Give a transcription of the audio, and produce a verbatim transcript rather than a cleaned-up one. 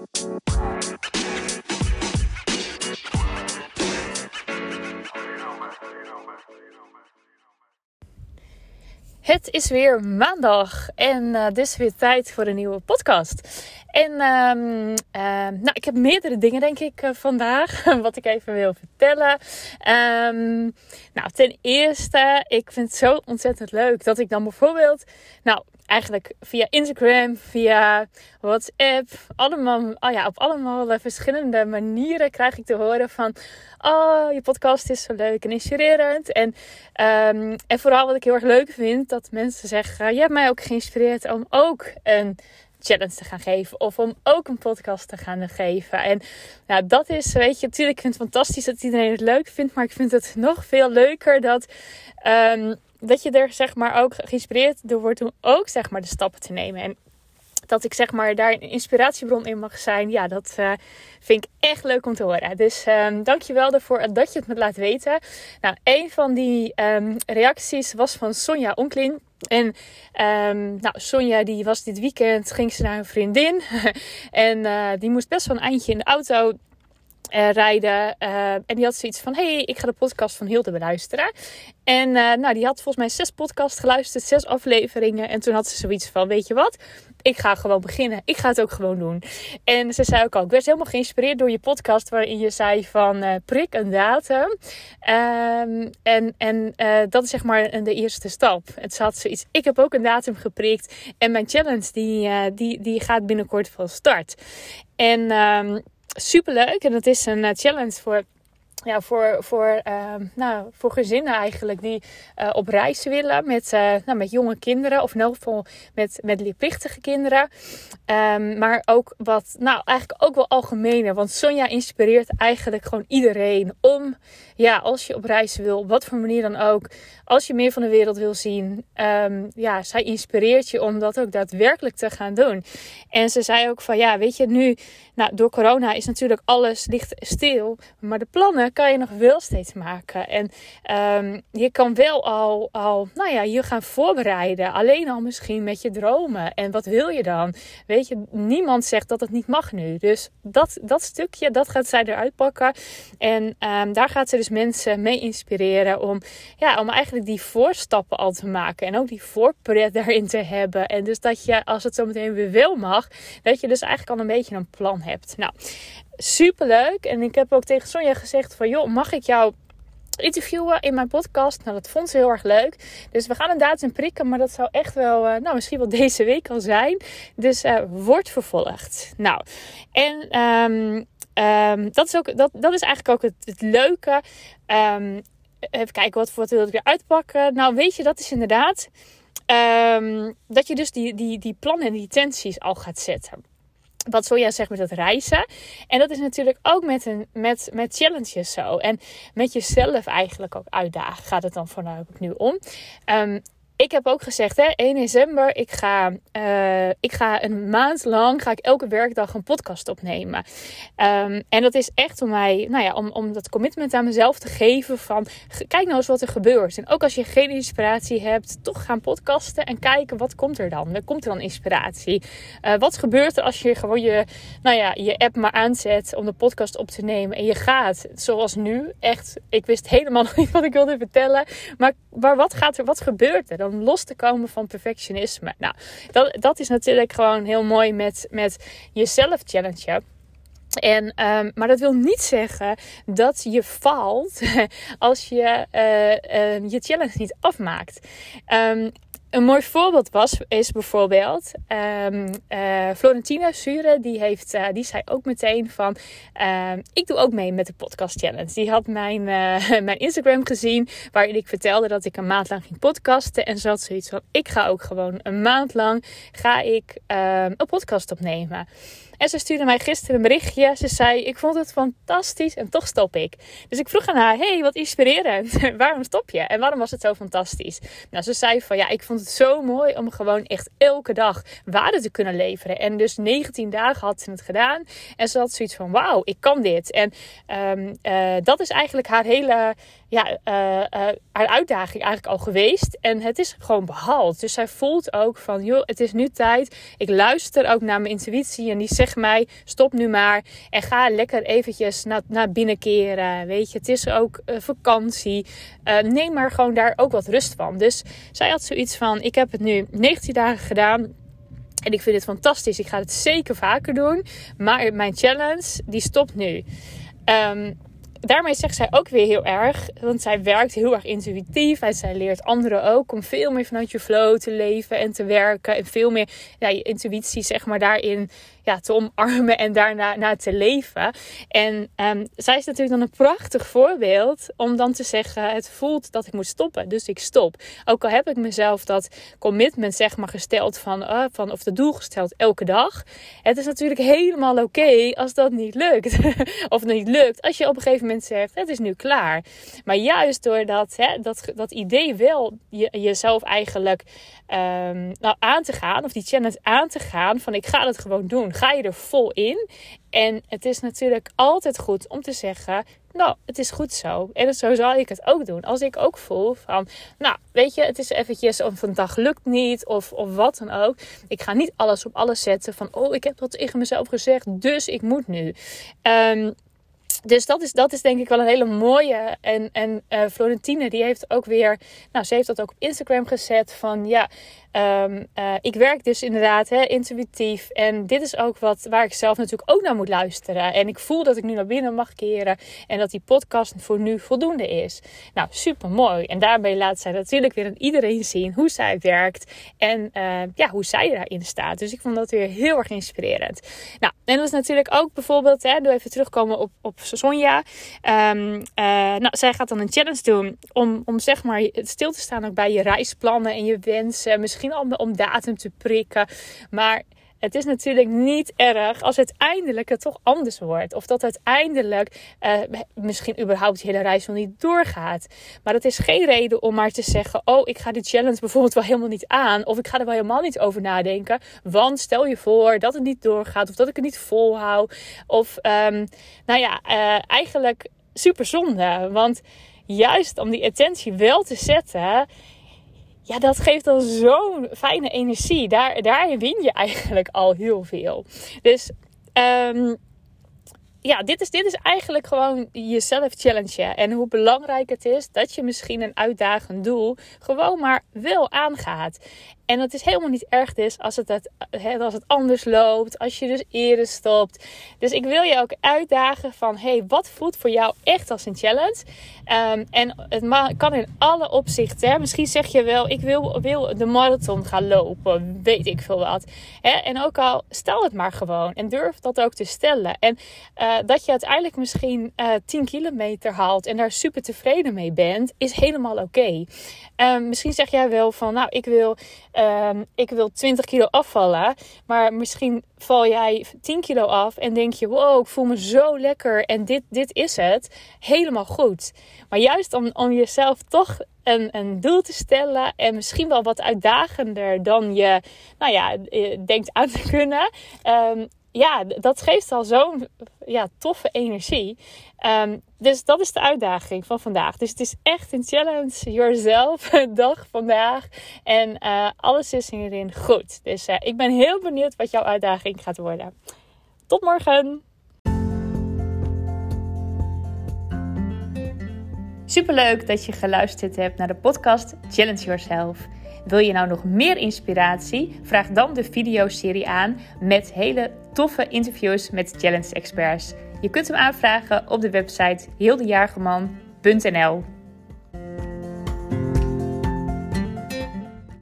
Het is weer maandag en uh, dus weer tijd voor een nieuwe podcast. En um, uh, nou, ik heb meerdere dingen denk ik uh, vandaag wat ik even wil vertellen. Um, nou, ten eerste, ik vind het zo ontzettend leuk dat ik dan bijvoorbeeld, nou eigenlijk via Instagram, via WhatsApp, allemaal, oh ja, op allemaal uh, verschillende manieren krijg ik te horen van, oh, je podcast is zo leuk en inspirerend. En, um, en vooral wat ik heel erg leuk vind, dat mensen zeggen, je hebt mij ook geïnspireerd om ook een challenge te gaan geven. Of om ook een podcast te gaan geven. En nou, dat is, weet je, natuurlijk, ik vind het fantastisch dat iedereen het leuk vindt. Maar ik vind het nog veel leuker dat, um, dat je er, zeg maar, ook geïnspireerd door wordt om ook, zeg maar, de stappen te nemen. En dat ik, zeg maar, daar een inspiratiebron in mag zijn. Ja, dat uh, vind ik echt leuk om te horen. Dus um, dankjewel daarvoor dat je het me laat weten. Nou, een van die um, reacties was van Sonja Onklin. En um, nou, Sonja die was dit weekend, ging ze naar een vriendin. en uh, die moest best wel een eindje in de auto Uh, rijden. Uh, en die had zoiets van, hey, ik ga de podcast van Hilde beluisteren. En uh, nou, die had volgens mij zes podcasts geluisterd, zes afleveringen. En toen had ze zoiets van, weet je wat? Ik ga gewoon beginnen. Ik ga het ook gewoon doen. En ze zei ook al, ik werd helemaal geïnspireerd door je podcast, waarin je zei van, uh, prik een datum. Um, en en uh, dat is zeg maar de eerste stap. Het had zoiets, ik heb ook een datum geprikt. En mijn challenge, die, uh, die, die gaat binnenkort van start. En Um, superleuk. En dat is een uh, challenge voor, ja, voor, voor, uh, nou, voor gezinnen eigenlijk die uh, op reis willen met, uh, nou, met jonge kinderen. Of in elk geval met, met leerplichtige kinderen. Um, maar ook wat, nou eigenlijk ook wel algemener. Want Sonja inspireert eigenlijk gewoon iedereen om, ja, als je op reis wil, op wat voor manier dan ook, als je meer van de wereld wil zien, um, ja, zij inspireert je om dat ook daadwerkelijk te gaan doen. En ze zei ook van, ja, weet je, nu, nou, door corona is natuurlijk alles ligt stil, maar de plannen kan je nog wel steeds maken. En um, je kan wel al, al, nou ja, je gaan voorbereiden, alleen al misschien met je dromen. En wat wil je dan? Weet je, niemand zegt dat het niet mag nu. Dus dat, dat stukje, dat gaat zij eruit pakken. En um, daar gaat ze dus mensen mee inspireren om, ja, om eigenlijk die voorstappen al te maken. En ook die voorpret daarin te hebben. En dus dat je, als het zo meteen weer wel mag, dat je dus eigenlijk al een beetje een plan hebt. Nou, superleuk. En ik heb ook tegen Sonja gezegd van, joh, mag ik jou interviewen in mijn podcast? Nou, dat vond ze heel erg leuk. Dus we gaan een datum prikken, maar dat zou echt wel, uh, nou, misschien wel deze week al zijn. Dus uh, wordt vervolgd. Nou, en um, um, dat, is ook, dat, dat is eigenlijk ook het, het leuke. Um, even kijken, wat voor wat wil ik weer uitpakken? Nou, weet je, dat is inderdaad um, dat je dus die, die, die plannen en die intenties al gaat zetten. Wat Sonja zegt met het reizen. En dat is natuurlijk ook met, een, met, met challenges zo. En met jezelf eigenlijk ook uitdagen gaat het dan voornamelijk nu om. Um, ik heb ook gezegd, hè, één december, ik ga, uh, ik ga een maand lang, ga ik elke werkdag een podcast opnemen. Um, en dat is echt om mij, nou ja, om, om dat commitment aan mezelf te geven van, kijk nou eens wat er gebeurt. En ook als je geen inspiratie hebt, toch gaan podcasten en kijken, wat komt er dan? Er komt er dan inspiratie. Uh, wat gebeurt er als je gewoon je, nou ja, je app maar aanzet om de podcast op te nemen en je gaat, zoals nu, echt, ik wist helemaal nog niet wat ik wilde vertellen, maar, maar wat gaat er, wat gebeurt er dan? Om los te komen van perfectionisme. Nou, dat, dat is natuurlijk gewoon heel mooi met, met jezelf challengen. En, um, maar dat wil niet zeggen dat je faalt als je uh, uh, je challenge niet afmaakt. Um, Een mooi voorbeeld was, is bijvoorbeeld um, uh, Florentina Sure, die, heeft, uh, die zei ook meteen van, uh, ik doe ook mee met de podcast challenge. Die had mijn, uh, mijn Instagram gezien, waarin ik vertelde dat ik een maand lang ging podcasten. En ze had zoiets van, ik ga ook gewoon een maand lang, ga ik uh, een podcast opnemen. En ze stuurde mij gisteren een berichtje. Ze zei, ik vond het fantastisch en toch stop ik. Dus ik vroeg aan haar, hey, wat inspirerend. Waarom stop je? En waarom was het zo fantastisch? Nou, ze zei van, ja, ik vond het zo mooi om gewoon echt elke dag waarde te kunnen leveren. En dus negentien dagen had ze het gedaan. En ze had zoiets van, wauw, ik kan dit. En um, uh, dat is eigenlijk haar hele... Ja, uh, uh, haar uitdaging eigenlijk al geweest. En het is gewoon behaald. Dus zij voelt ook van, joh, het is nu tijd. Ik luister ook naar mijn intuïtie. En die zegt mij, stop nu maar. En ga lekker eventjes naar, naar binnen keren. Weet je, het is ook uh, vakantie. Uh, neem maar gewoon daar ook wat rust van. Dus zij had zoiets van, ik heb het nu negentien dagen gedaan. En ik vind het fantastisch. Ik ga het zeker vaker doen. Maar mijn challenge, die stopt nu. Um, Daarmee zegt zij ook weer heel erg, want zij werkt heel erg intuïtief en zij leert anderen ook om veel meer vanuit je flow te leven en te werken en veel meer ja, je intuïtie zeg maar daarin ja, te omarmen en daarna naar te leven. En um, zij is natuurlijk dan een prachtig voorbeeld om dan te zeggen, het voelt dat ik moet stoppen, dus ik stop. Ook al heb ik mezelf dat commitment zeg maar gesteld van, uh, van of de doel gesteld elke dag. Het is natuurlijk helemaal oké okay als dat niet lukt. Of niet lukt als je op een gegeven moment zegt, het is nu klaar. Maar juist door dat, hè, dat, dat idee wel je, jezelf eigenlijk um, nou, aan te gaan, of die challenge aan te gaan, van ik ga het gewoon doen. Ga je er vol in. En het is natuurlijk altijd goed om te zeggen, nou, het is goed zo. En zo zal ik het ook doen. Als ik ook voel van, nou, weet je, het is eventjes of een dag lukt niet of, of wat dan ook. Ik ga niet alles op alles zetten van, oh, ik heb dat tegen mezelf gezegd, dus ik moet nu. Um, Dus dat is, dat is denk ik wel een hele mooie. En, en uh, Florentine die heeft ook weer... Nou, ze heeft dat ook op Instagram gezet. Van ja, um, uh, ik werk dus inderdaad hè, intuïtief. En dit is ook wat waar ik zelf natuurlijk ook naar moet luisteren. En ik voel dat ik nu naar binnen mag keren. En dat die podcast voor nu voldoende is. Nou, super mooi. En daarbij laat zij natuurlijk weer aan iedereen zien hoe zij werkt. En uh, ja, hoe zij daarin staat. Dus ik vond dat weer heel erg inspirerend. Nou, en dat is natuurlijk ook bijvoorbeeld... Hè, doe even terugkomen op... op Sonja. Um, uh, nou, zij gaat dan een challenge doen om, om zeg maar stil te staan ook bij je reisplannen en je wensen. Misschien al om datum te prikken. Maar het is natuurlijk niet erg als uiteindelijk het toch anders wordt. Of dat uiteindelijk uh, misschien überhaupt die hele reis nog niet doorgaat. Maar dat is geen reden om maar te zeggen... oh, ik ga die challenge bijvoorbeeld wel helemaal niet aan. Of ik ga er wel helemaal niet over nadenken. Want stel je voor dat het niet doorgaat. Of dat ik het niet volhoud. Of, um, nou ja, uh, eigenlijk super zonde. Want juist om die attentie wel te zetten... Ja, dat geeft al zo'n fijne energie. Daar, daar win je eigenlijk al heel veel. Dus um, ja, dit is, dit is eigenlijk gewoon jezelf challengen. En hoe belangrijk het is dat je misschien een uitdagend doel gewoon maar wel aangaat. En dat is helemaal niet erg dus als het, het, als het anders loopt. Als je dus eerder stopt. Dus ik wil je ook uitdagen van... Hey, wat voelt voor jou echt als een challenge? Um, en het ma- kan in alle opzichten. Hè? Misschien zeg je wel... Ik wil, wil de marathon gaan lopen. Weet ik veel wat. Hè? En ook al stel het maar gewoon. En durf dat ook te stellen. En uh, dat je uiteindelijk misschien uh, tien kilometer haalt. En daar super tevreden mee bent. Is helemaal oké. Okay. Um, misschien zeg jij wel van... Nou, ik wil... Um, ik wil twintig kilo afvallen. Maar misschien val jij tien kilo af. En denk je, wow, ik voel me zo lekker. En dit, dit is het. Helemaal goed. Maar juist om, om jezelf toch een, een doel te stellen. En misschien wel wat uitdagender dan je, nou ja, denkt aan te kunnen. Um, ja, dat geeft al zo'n ja, toffe energie. Um, dus dat is de uitdaging van vandaag. Dus het is echt een challenge yourself dag vandaag. En uh, alles is hierin goed. Dus uh, ik ben heel benieuwd wat jouw uitdaging gaat worden. Tot morgen! Superleuk dat je geluisterd hebt naar de podcast Challenge Yourself. Wil je nou nog meer inspiratie? Vraag dan de videoserie aan met hele toffe interviews met challenge experts. Je kunt hem aanvragen op de website hildejaargeman punt n l.